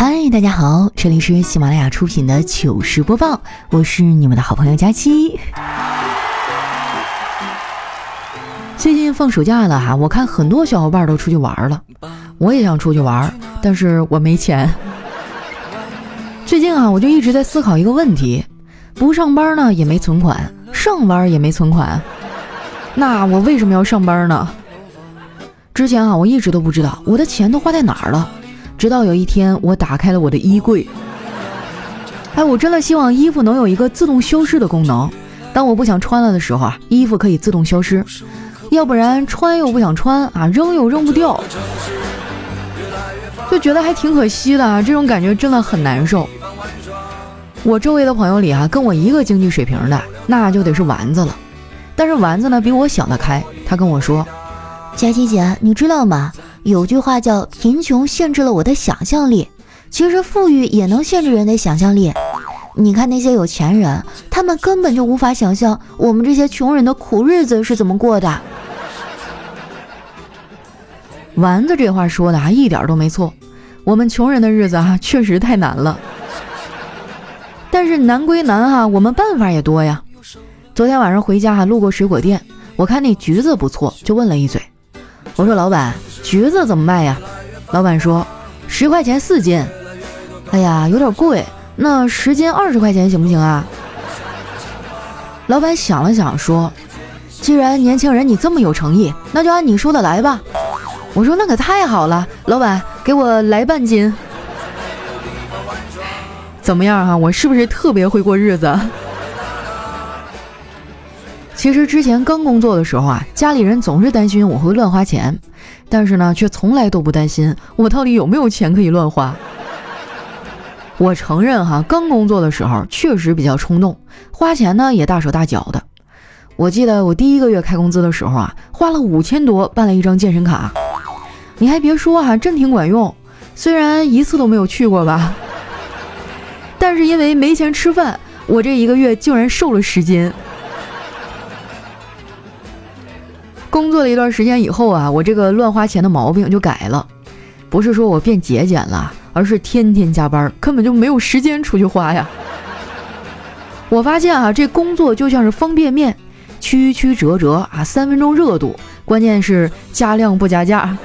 嗨，大家好，这里是喜马拉雅出品的糗事播报，我是你们的好朋友佳期。最近放暑假了哈，我看很多小伙伴都出去玩了，我也想出去玩，但是我没钱。最近啊，我就一直在思考一个问题，不上班呢也没存款，上班也没存款，那我为什么要上班呢？之前啊，我一直都不知道我的钱都花在哪儿了，直到有一天我打开了我的衣柜。我真的希望衣服能有一个自动消失的功能，当我不想穿了的时候啊，衣服可以自动消失，要不然穿又不想穿啊，扔又扔不掉，就觉得还挺可惜的啊，这种感觉真的很难受。我周围的朋友里啊，跟我一个经济水平的那就得是丸子了，但是丸子呢比我想得开，他跟我说，佳琪姐，你知道吗？有句话叫贫穷限制了我的想象力，其实富裕也能限制人的想象力。你看那些有钱人，他们根本就无法想象我们这些穷人的苦日子是怎么过的。丸子这话说的一点都没错，我们穷人的日子确实太难了。但是难归难我们办法也多呀。昨天晚上回家路过水果店，我看那橘子不错，就问了一嘴，我说老板，橘子怎么卖呀？老板说10块钱4斤。哎呀，有点贵，那10斤20块钱行不行啊？老板想了想说，既然年轻人你这么有诚意，那就按你说的来吧。我说那可太好了，老板给我来半斤。怎么样我是不是特别会过日子？其实之前刚工作的时候家里人总是担心我会乱花钱，但是呢却从来都不担心我到底有没有钱可以乱花。我承认刚工作的时候确实比较冲动，花钱呢也大手大脚的。我记得我第1个月开工资的时候花了5000多办了一张健身卡。你还别说真挺管用，虽然一次都没有去过吧，但是因为没钱吃饭，我这1个月竟然瘦了10斤。工作了一段时间以后我这个乱花钱的毛病就改了，不是说我变节俭了，而是天天加班，根本就没有时间出去花呀。我发现这工作就像是方便面，曲曲折折3分钟热度，关键是加量不加价。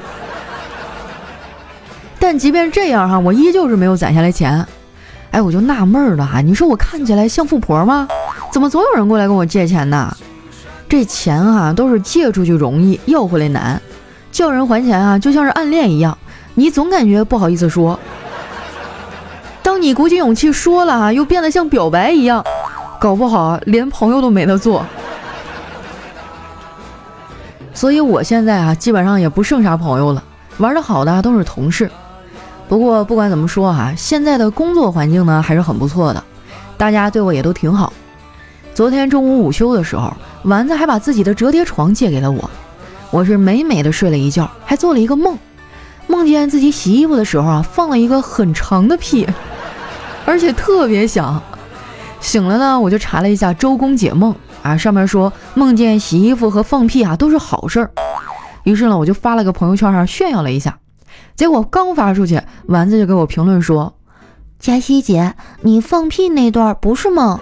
但即便这样我依旧是没有攒下来钱。我就纳闷了你说我看起来像富婆吗？怎么总有人过来跟我借钱呢？这钱都是借出去容易，要回来难，叫人还钱就像是暗恋一样，你总感觉不好意思说，当你鼓起勇气说了又变得像表白一样，搞不好连朋友都没得做。所以我现在基本上也不剩啥朋友了，玩得好的都是同事。不过不管怎么说现在的工作环境呢还是很不错的，大家对我也都挺好。昨天中午午休的时候，丸子还把自己的折叠床借给了我，我是美美的睡了一觉，还做了一个梦，梦见自己洗衣服的时候放了一个很长的屁，而且特别响。醒了呢，我就查了一下周公解梦上面说梦见洗衣服和放屁都是好事儿。于是呢，我就发了个朋友圈上炫耀了一下，结果刚发出去，丸子就给我评论说，佳熙姐，你放屁那段不是梦。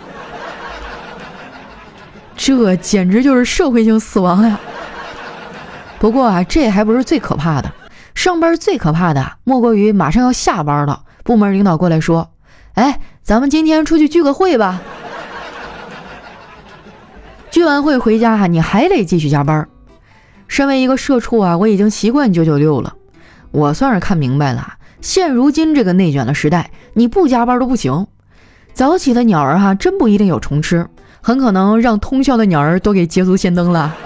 这简直就是社会性死亡呀！不过这还不是最可怕的，上班最可怕的莫过于马上要下班了，部门领导过来说，咱们今天出去聚个会吧。聚完会回家你还得继续加班。身为一个社畜我已经习惯996了，我算是看明白了，现如今这个内卷的时代，你不加班都不行。早起的鸟儿真不一定有虫吃，很可能让通宵的鸟儿都给捷足先登了。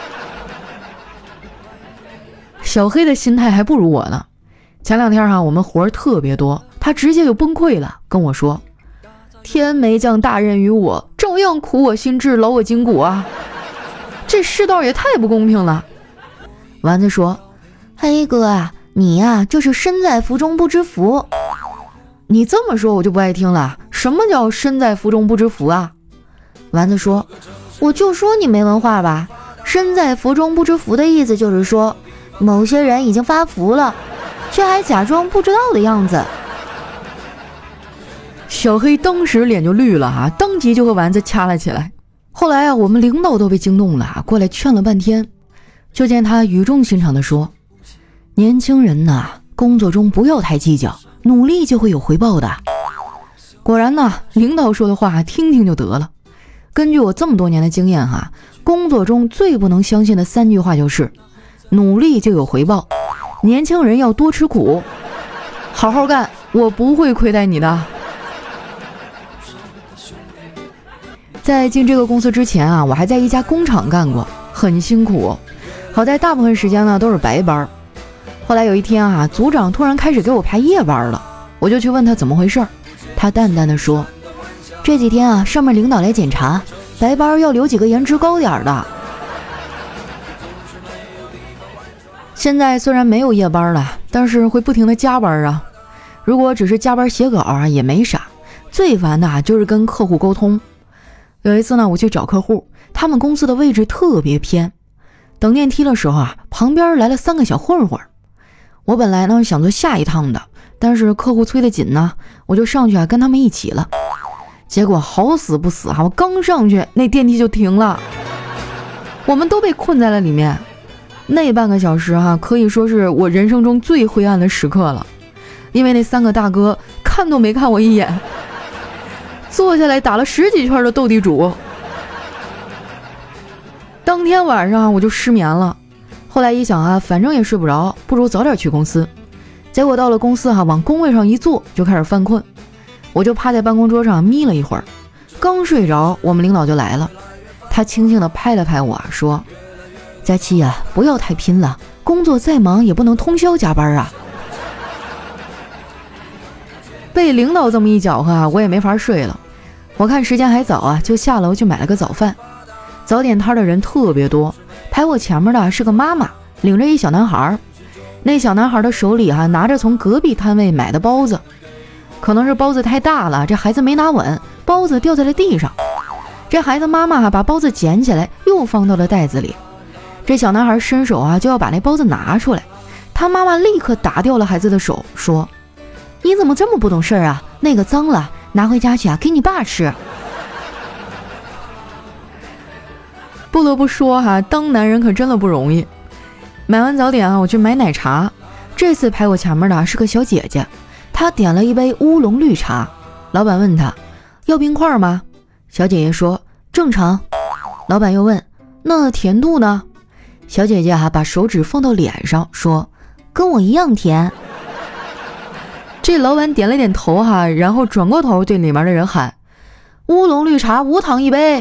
小黑的心态还不如我呢。前2天我们活儿特别多，他直接就崩溃了，跟我说，天没降大任于我，照样苦我心志，劳我筋骨这世道也太不公平了。丸子说，黑哥你就是身在福中不知福。你这么说我就不爱听了，什么叫身在福中不知福丸子说，我就说你没文化吧，身在福中不知福的意思就是说，某些人已经发福了，却还假装不知道的样子。 小黑当时脸就绿了啊，当即就和丸子掐了起来。后来啊，我们领导都被惊动了啊，过来劝了半天。就见他语重心长地说，年轻人呐，工作中不要太计较，努力就会有回报的。果然呢，领导说的话听听就得了。根据我这么多年的经验哈，工作中最不能相信的3句话就是努力就有回报，年轻人要多吃苦，好好干，我不会亏待你的。在进这个公司之前啊，我还在一家工厂干过，很辛苦，好在大部分时间呢都是白班。后来有一天啊，组长突然开始给我排夜班了，我就去问他怎么回事。他淡淡的说，这几天啊，上面领导来检查，白班要留几个颜值高点的。现在虽然没有夜班了，但是会不停的加班啊。如果只是加班写稿啊也没啥，最烦的就是跟客户沟通。有一次呢，我去找客户，他们公司的位置特别偏，等电梯的时候啊，旁边来了3个小混混。我本来呢想坐下一趟的，但是客户催得紧呢，我就上去啊跟他们一起了。结果好死不死啊，我刚上去那电梯就停了，我们都被困在了里面。那半个小时啊，可以说是我人生中最灰暗的时刻了，因为那3个大哥看都没看我一眼，坐下来打了10几圈的斗地主。当天晚上我就失眠了，后来一想啊，反正也睡不着，不如早点去公司。结果到了公司往工位上一坐就开始犯困，我就趴在办公桌上眯了一会儿，刚睡着，我们领导就来了。他轻轻地拍了拍我说，佳期呀，不要太拼了，工作再忙也不能通宵加班啊。被领导这么一搅和我也没法睡了。我看时间还早啊，就下楼去买了个早饭。早点摊的人特别多，排我前面的是个妈妈，领着一小男孩。那小男孩的手里拿着从隔壁摊位买的包子，可能是包子太大了，这孩子没拿稳，包子掉在了地上。这孩子妈妈把包子捡起来，又放到了袋子里。这小男孩伸手就要把那包子拿出来，他妈妈立刻打掉了孩子的手，说，你怎么这么不懂事啊，那个脏了，拿回家去给你爸吃。不得不说当男人可真的不容易。买完早点我去买奶茶，这次排我前面的是个小姐姐，她点了一杯乌龙绿茶。老板问她要冰块吗？小姐姐说正常。老板又问那甜度呢？小姐姐把手指放到脸上说跟我一样甜。这老板点了点头然后转过头对里面的人喊乌龙绿茶无糖一杯。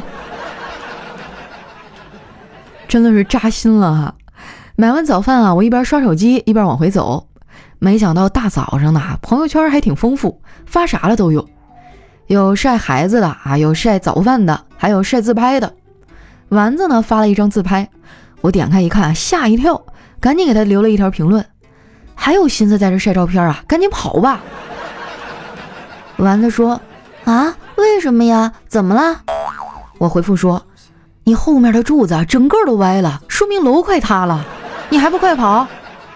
真的是扎心了买完早饭我一边刷手机一边往回走，没想到大早上的朋友圈还挺丰富，发啥了都有，有晒孩子的有晒早饭的，还有晒自拍的。丸子呢发了一张自拍，我点开一看吓一跳，赶紧给他留了一条评论，还有心思在这晒照片赶紧跑吧。丸子说为什么呀，怎么了？我回复说你后面的柱子整个都歪了，说明楼快塌了，你还不快跑？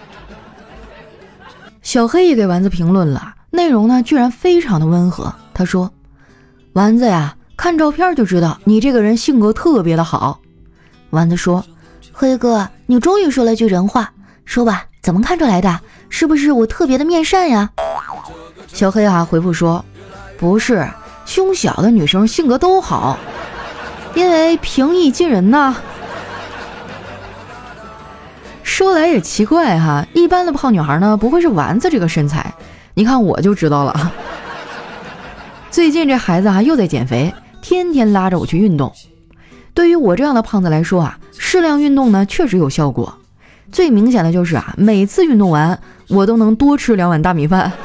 小黑也给丸子评论了，内容呢居然非常的温和。他说丸子呀，看照片就知道你这个人性格特别的好。丸子说黑哥，你终于说了句人话，说吧，怎么看出来的？是不是我特别的面善呀？小黑回复说不是，胸小的女生性格都好，因为平易近人呐。说来也奇怪一般的胖女孩呢不会是丸子这个身材，你看我就知道了。最近这孩子又在减肥，天天拉着我去运动。对于我这样的胖子来说适量运动呢确实有效果。最明显的就是每次运动完我都能多吃2碗大米饭。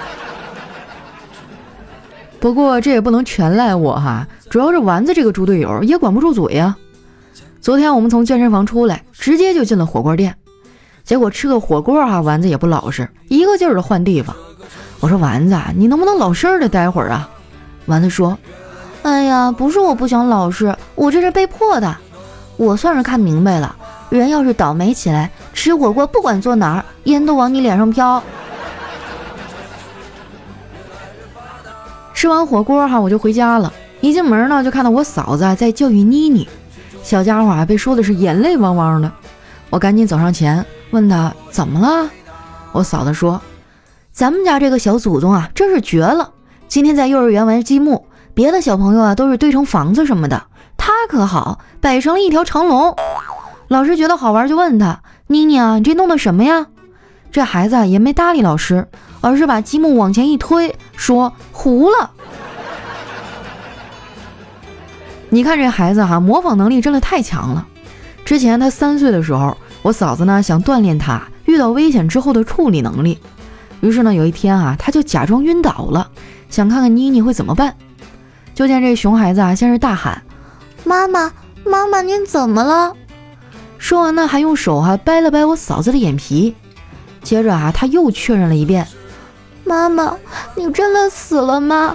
不过这也不能全赖我主要是丸子这个猪队友也管不住嘴呀。昨天我们从健身房出来，直接就进了火锅店，结果吃个火锅丸子也不老实，一个劲儿的换地方。我说丸子，你能不能老实的待会儿啊？丸子说哎呀，不是我不想老实，我这是被迫的。我算是看明白了，人要是倒霉起来，吃火锅不管坐哪儿，烟都往你脸上飘。 吃完火锅我就回家了。一进门呢，就看到我嫂子在教育妮妮，小家伙被说的是眼泪汪汪的。我赶紧走上前问他怎么了。我嫂子说，咱们家这个小祖宗真是绝了，今天在幼儿园玩积木，别的小朋友都是堆成房子什么的，他可好，摆成了一条长龙。老师觉得好玩就问他，妮妮你这弄的什么呀？这孩子也没搭理老师，而是把积木往前一推，说糊了。你看这孩子模仿能力真的太强了。之前他3岁的时候，我嫂子呢想锻炼他遇到危险之后的处理能力，于是呢有一天他就假装晕倒了，想看看妮妮会怎么办。就见这熊孩子先是大喊，妈妈妈妈您怎么了？说完呢还用手掰了掰我嫂子的眼皮，接着他又确认了一遍，妈妈你真的死了吗？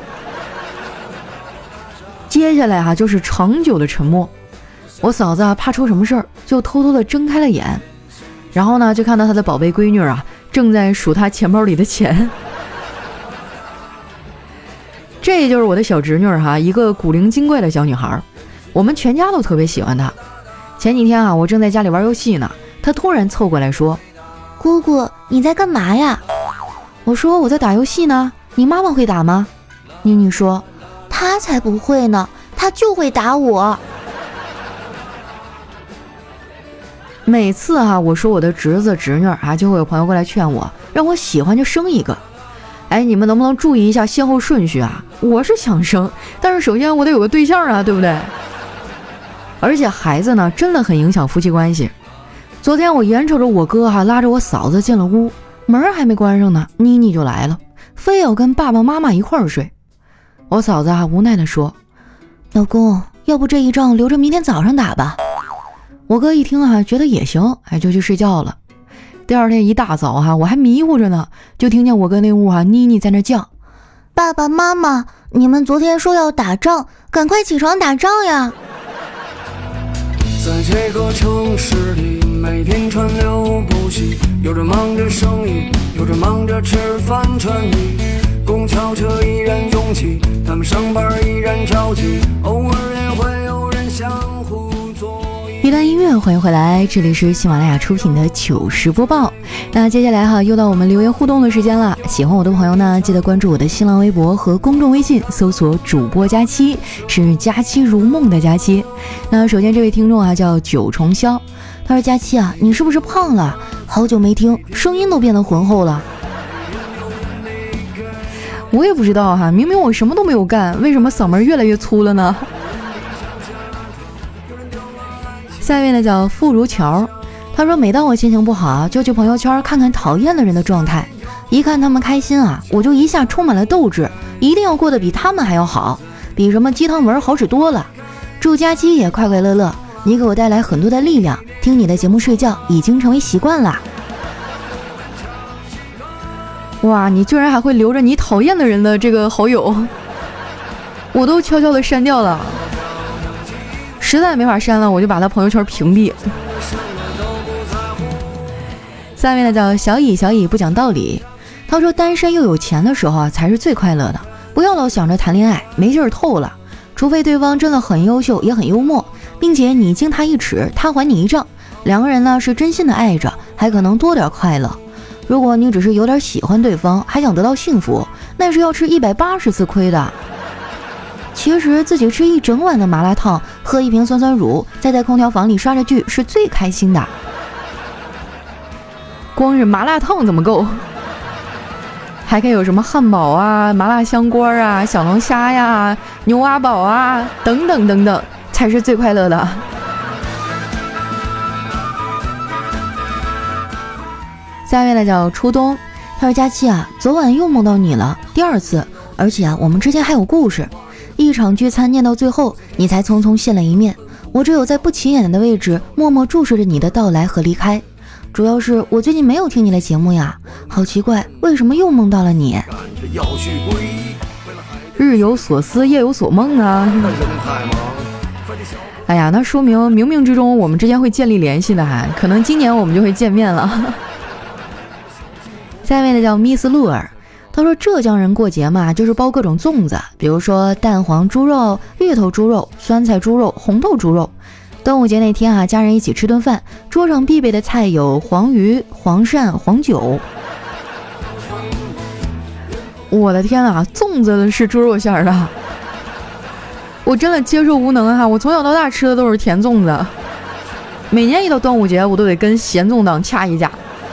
接下来就是长久的沉默。我嫂子怕出什么事儿，就偷偷的睁开了眼，然后呢就看到她的宝贝闺女正在数她钱包里的钱。这就是我的小侄女一个古灵精怪的小女孩，我们全家都特别喜欢她。前几天我正在家里玩游戏呢，她突然凑过来说，姑姑你在干嘛呀？我说我在打游戏呢，你妈妈会打吗？妮妮说，她才不会呢，她就会打我。每次我说我的侄子侄女就会有朋友过来劝我，让我喜欢就生一个。你们能不能注意一下先后顺序我是想生，但是首先我得有个对象对不对？而且孩子呢真的很影响夫妻关系。昨天我眼瞅着我哥拉着我嫂子进了屋，门还没关上呢，妮妮就来了，非要跟爸爸妈妈一块儿睡。我嫂子无奈地说，老公要不这一仗留着明天早上打吧。我哥一听觉得也行，就去睡觉了。第二天一大早我还迷糊着呢，就听见我哥那屋妮妮在那叫，爸爸妈妈你们昨天说要打仗，赶快起床打仗呀。 在这个城市里每天川流不息，有人忙着生意，有人忙着吃饭穿衣，公交车依然拥挤，他们上班依然着急，偶尔也会有人相互作揖。 一段音乐，欢迎回来，这里是喜马拉雅出品的糗事播报。那接下来又到我们留言互动的时间了，喜欢我的朋友呢，记得关注我的新浪微博和公众微信，搜索主播佳期，是佳期如梦的佳期。那首先这位听众叫九重霄，他说佳期你是不是胖了？好久没听，声音都变得浑厚了。我也不知道明明我什么都没有干，为什么嗓门越来越粗了呢？下面呢叫傅如桥，他说每当我心情不好就去朋友圈看看讨厌的人的状态，一看他们开心我就一下充满了斗志，一定要过得比他们还要好，比什么鸡汤文好使多了。祝佳期也快快乐乐，你给我带来很多的力量，听你的节目睡觉已经成为习惯了。哇，你居然还会留着你讨厌的人的这个好友，我都悄悄的删掉了，实在没法删了，我就把他朋友圈屏蔽。下面呢叫小乙，小乙不讲道理，他说单身又有钱的时候才是最快乐的，不要老想着谈恋爱，没劲儿透了，除非对方真的很优秀也很幽默，并且你敬他一尺他还你一丈，两个人呢是真心的爱着，还可能多点快乐。如果你只是有点喜欢对方还想得到幸福，那是要吃180次亏的。其实自己吃一整碗的麻辣烫，喝一瓶酸酸乳，再在空调房里刷着剧是最开心的。光是麻辣烫怎么够？还可以有什么汉堡麻辣香锅小龙虾呀、牛蛙堡等等等等，才是最快乐的。下面呢叫初冬，他说佳期昨晚又梦到你了，第2次，而且我们之间还有故事。一场聚餐念到最后，你才匆匆见了一面，我只有在不起眼的位置默默注视着你的到来和离开。主要是我最近没有听你的节目呀，好奇怪，为什么又梦到了你？日有所思夜有所梦啊。哎呀，那说明冥冥之中我们之间会建立联系的可能今年我们就会见面了。下面的叫 Miss 露尔， 他说浙江人过节嘛，就是包各种粽子，比如说蛋黄猪肉、芋头猪肉、酸菜猪肉、红豆猪肉。端午节那天啊，家人一起吃顿饭，桌上必备的菜有黄鱼、黄鳝、黄酒。我的天啊，粽子是猪肉馅的，我真的接受无能啊！我从小到大吃的都是甜粽子，每年一到端午节，我都得跟咸粽党掐一架。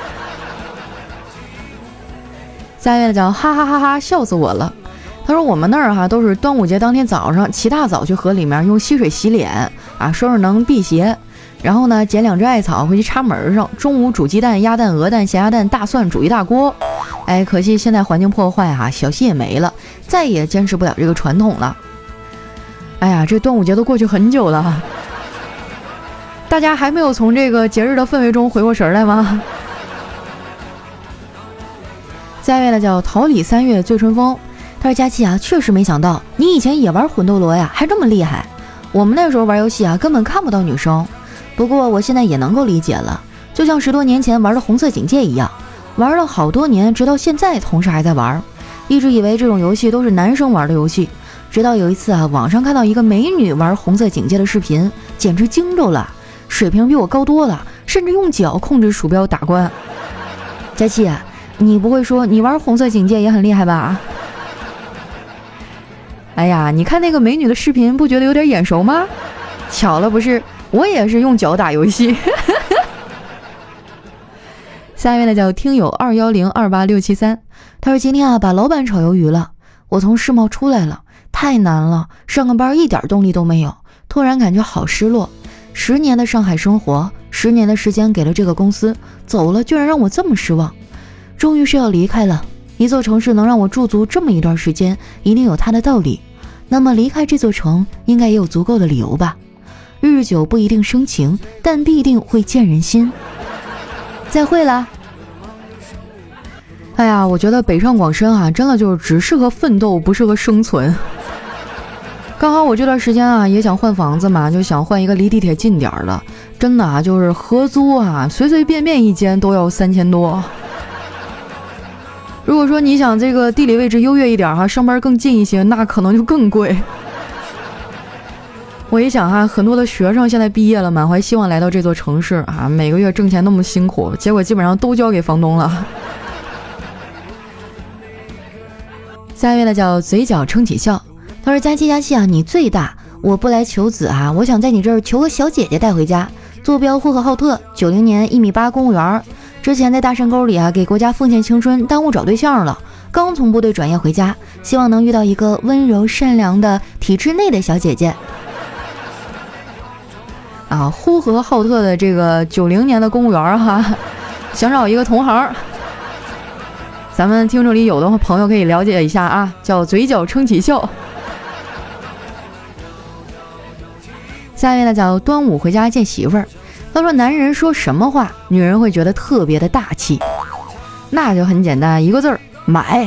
下一位叫哈哈哈哈笑死我了。他说我们那儿都是端午节当天早上起大早去河里面用溪水洗脸啊，说是能辟邪。然后呢，捡2只艾草回去插门上，中午煮鸡蛋、鸭蛋、鹅蛋、咸鸭蛋、大蒜煮一大锅。哎，可惜现在环境破坏小溪也没了，再也坚持不了这个传统了。哎呀，这端午节都过去很久了，大家还没有从这个节日的氛围中回过神来吗？下一位呢叫桃李3月醉春风。他说佳琪确实没想到你以前也玩魂斗罗呀，还这么厉害。我们那时候玩游戏根本看不到女生，不过我现在也能够理解了，就像10多年前玩的红色警戒一样，玩了好多年，直到现在同事还在玩，一直以为这种游戏都是男生玩的游戏，直到有一次网上看到一个美女玩红色警戒的视频，简直惊着了，水平比我高多了，甚至用脚控制鼠标打关。佳琪你不会说你玩红色警戒也很厉害吧？哎呀，你看那个美女的视频，不觉得有点眼熟吗？巧了不是，我也是用脚打游戏。下一位呢叫听友21028673673，他说今天把老板炒鱿鱼了，我从世贸出来了，太难了，上个班一点动力都没有，突然感觉好失落。10年的上海生活，10年的时间给了这个公司，走了居然让我这么失望。终于是要离开了，一座城市能让我驻足这么一段时间，一定有它的道理。那么离开这座城，应该也有足够的理由吧。日久不一定生情，但必定会见人心。再会啦。哎呀，我觉得北上广深真的就是只适合奋斗，不适合生存。刚好我这段时间也想换房子嘛，就想换一个离地铁近点的，真的就是合租随随便便一间都要3000多。如果说你想这个地理位置优越一点上班更近一些，那可能就更贵。我一想很多的学生现在毕业了，满怀希望来到这座城市每个月挣钱那么辛苦，结果基本上都交给房东了。下一位呢叫嘴角撑起笑，他说佳琪你最大，我不来求子我想在你这儿求个小姐姐带回家，坐标呼和浩特，90年1.8米公务员，之前在大山沟里给国家奉献青春，耽误找对象了，刚从部队转业回家，希望能遇到一个温柔善良的体制内的小姐姐。呼和浩特的这个90年的公务员想找一个同行，咱们听众里有的朋友可以了解一下叫嘴角撑起笑。下一位呢叫端午回家见媳妇儿，他说男人说什么话女人会觉得特别的大气，那就很简单，一个字儿，买。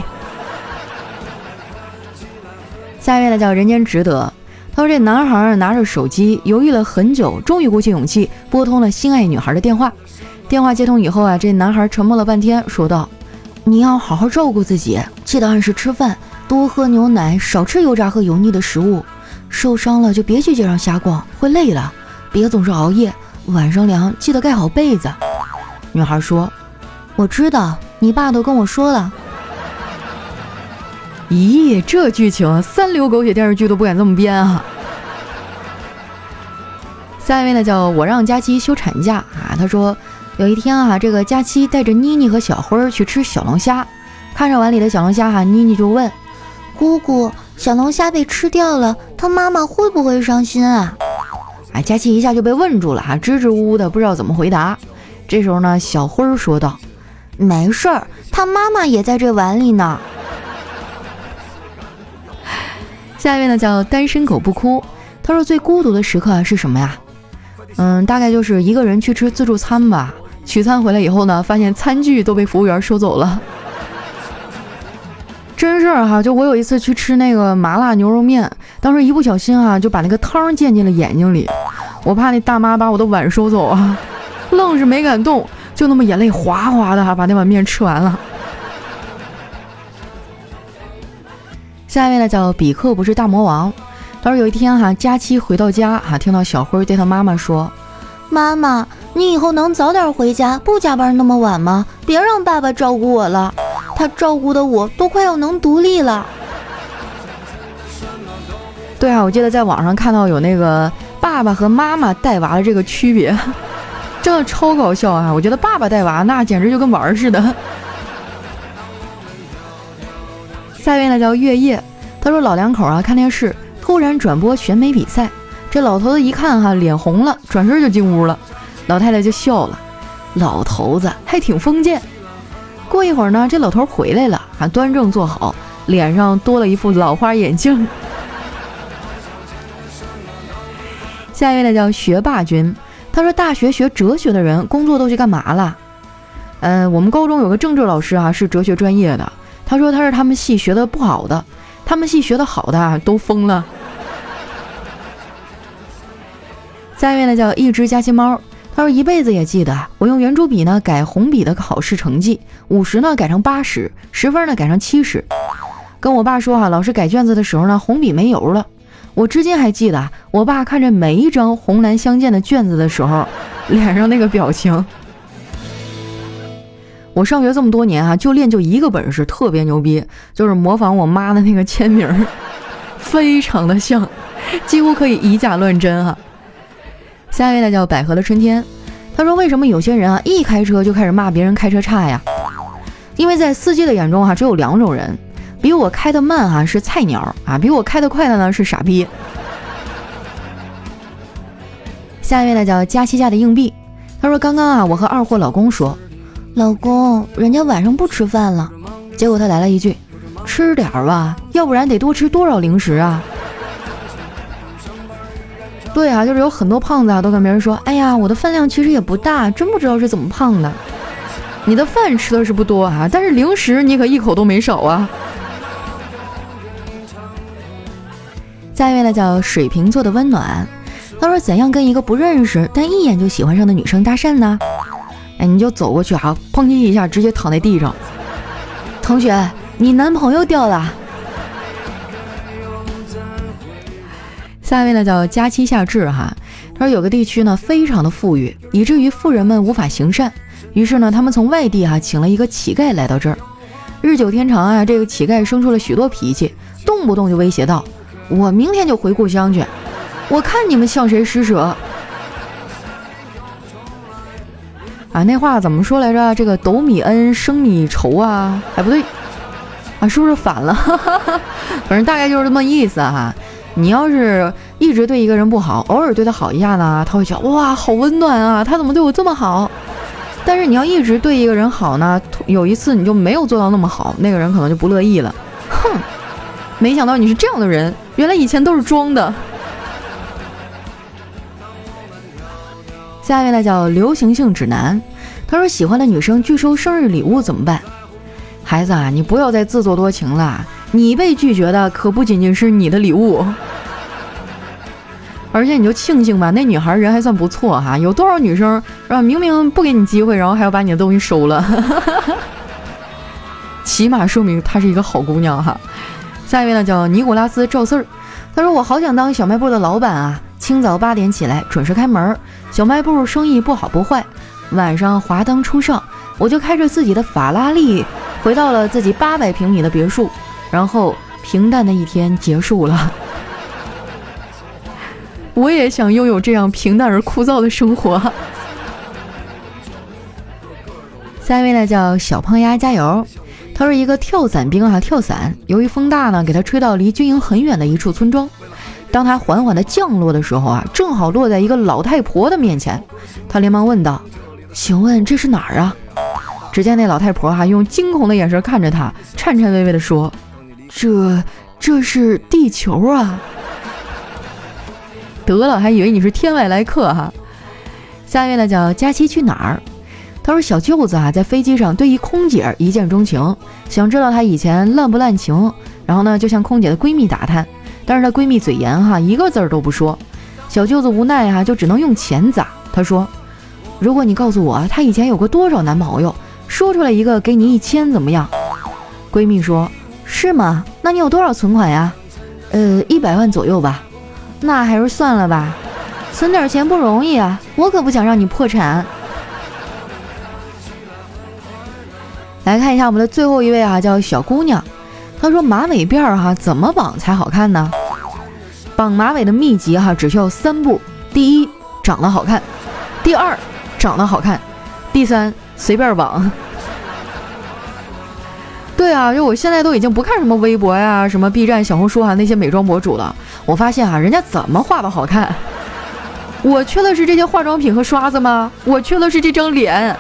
下一位呢叫人间值得，他说这男孩拿着手机犹豫了很久，终于鼓起勇气拨通了心爱女孩的电话。电话接通以后这男孩沉默了半天，说道：你要好好照顾自己，记得按时吃饭，多喝牛奶，少吃油炸和油腻的食物，受伤了就别去街上瞎逛，会累了，别总是熬夜，晚上凉记得盖好被子。女孩说：我知道，你爸都跟我说了。咦，这剧情三流狗血电视剧都不敢这么编下一位呢叫我让佳期休产假他说有一天这个佳期带着妮妮和小辉儿去吃小龙虾，看着碗里的小龙虾妮妮就问姑姑，小龙虾被吃掉了，他妈妈会不会伤心佳期一下就被问住了支支吾吾的不知道怎么回答。这时候呢小辉儿说道：没事儿，他妈妈也在这碗里呢。下一位呢叫单身狗不哭，他说最孤独的时刻是什么呀？大概就是一个人去吃自助餐吧，取餐回来以后呢，发现餐具都被服务员收走了。真事儿就我有一次去吃那个麻辣牛肉面，当时一不小心就把那个汤溅进了眼睛里，我怕那大妈把我的碗收走愣是没敢动，就那么眼泪哗哗的把那碗面吃完了。 下一位呢叫比克不是大魔王，他说有一天哈，佳期回到家哈，听到小辉对他妈妈说：“ 妈妈，你以后能早点回家，不加班那么晚吗？别让爸爸照顾我了，他照顾的我都快要能独立了。” 对啊，我记得在网上看到有那个爸爸和妈妈带娃的这个区别，真的超搞笑啊！我觉得爸爸带娃那简直就跟玩似的。下一位呢叫月夜，他说老两口啊看电视，突然转播选美比赛，这老头子一看哈脸红了，转身就进屋了，老太太就笑了，老头子还挺封建。过一会儿呢，这老头回来了，还端正坐好，脸上多了一副老花眼镜。下一位呢叫学霸君，他说大学学哲学的人工作都去干嘛了？我们高中有个政治老师啊，是哲学专业的，他说他是他们系学的不好的，他们系学的好的啊都疯了。下一位呢叫一只夹心猫，他说一辈子也记得我用圆珠笔呢改红笔的考试成绩，50呢改成80，10分呢改成70。跟我爸说啊，老师改卷子的时候呢，红笔没油了。我至今还记得我爸看着每一张红蓝相间的卷子的时候脸上那个表情。我上学这么多年啊，就一个本事特别牛逼，就是模仿我妈的那个签名，非常的像，几乎可以以假乱真啊。下一位呢叫百合的春天，他说为什么有些人啊一开车就开始骂别人开车差呀？因为在司机的眼中啊只有2种人，比我开的慢啊是菜鸟啊，比我开的快的呢是傻逼。下一位呢叫佳期家的硬币，他说刚刚啊我和二货老公说， 老公人家晚上不吃饭了， 结果他来了一句，吃点吧，要不然得多吃多少零食啊。对啊，就是有很多胖子啊都跟别人说，哎呀我的饭量其实也不大，真不知道是怎么胖的。你的饭吃的是不多啊，但是零食你可一口都没少啊。下一位呢叫水瓶座的温暖，他说怎样跟一个不认识但一眼就喜欢上的女生搭讪呢？你就走过去啊，砰叽一下直接躺在地上，同学你男朋友掉了。下一位呢叫佳期夏至哈，他说有个地区呢非常的富裕，以至于富人们无法行善，于是呢他们从外地请了一个乞丐来到这儿。日久天长啊，这个乞丐生出了许多脾气，动不动就威胁道，我明天就回故乡去，我看你们向谁施舍啊。那话怎么说来着？这个斗米恩升米仇啊，不对啊，是不是反了？反正大概就是这么意思哈。你要是一直对一个人不好，偶尔对他好一下呢，他会觉得哇好温暖啊，他怎么对我这么好。但是你要一直对一个人好呢，有一次你就没有做到那么好，那个人可能就不乐意了。哼，没想到你是这样的人，原来以前都是装的。下一位呢叫流行性指南，他说喜欢的女生拒收生日礼物怎么办？孩子啊，你不要再自作多情了，你被拒绝的可不仅仅是你的礼物，而且你就庆幸吧，那女孩人还算不错哈，有多少女生明明不给你机会，然后还要把你的东西收了，起码说明她是一个好姑娘哈。下一位呢叫尼古拉斯赵四儿，他说我好想当小卖部的老板啊，清早8点起来准时开门，小卖部生意不好不坏，晚上华灯初上，我就开着自己的法拉利回到了自己800平米的别墅，然后平淡的一天结束了。我也想拥有这样平淡而枯燥的生活。下一位呢叫小胖丫加油，他是一个跳伞兵跳伞，由于风大呢，给他吹到离军营很远的一处村庄。当他缓缓的降落的时候正好落在一个老太婆的面前，他连忙问道，请问这是哪儿啊？只见那老太婆用惊恐的眼神看着他，颤颤巍巍地说，这是地球啊。得了，还以为你是天外来客哈。下一位呢叫佳期去哪儿，他说小舅子在飞机上对一空姐一见钟情，想知道她以前滥不滥情，然后呢就向空姐的闺蜜打探，但是她闺蜜嘴严一个字儿都不说。小舅子无奈就只能用钱砸。他说，如果你告诉我她以前有过多少男朋友，说出来一个给你1000怎么样？闺蜜说，是吗？ 那你有多少存款呀？100万左右吧。那还是算了吧，存点钱不容易啊，我可不想让你破产。来看一下我们的最后一位啊，叫小姑娘。她说马尾辫怎么绑才好看呢？绑马尾的秘籍只需要3步：第一，长得好看；第二，长得好看；第三，随便绑。对啊，就我现在都已经不看什么微博呀、什么 B 站、小红书那些美妆博主了。我发现人家怎么画的好看，我缺的是这些化妆品和刷子吗？我缺的是这张脸。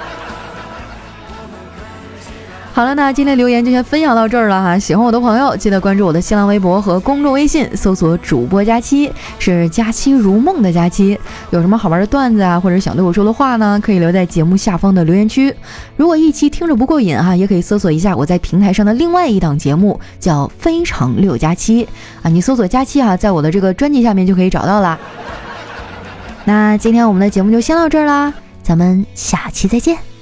好了，那今天留言就先分享到这儿了喜欢我的朋友记得关注我的新浪微博和公众微信，搜索主播佳期，是佳期如梦的佳期。有什么好玩的段子或者想对我说的话呢，可以留在节目下方的留言区。如果一期听着不过瘾也可以搜索一下我在平台上的另外一档节目，叫非常六加七你搜索佳期在我的这个专辑下面就可以找到啦。那今天我们的节目就先到这儿啦，咱们下期再见。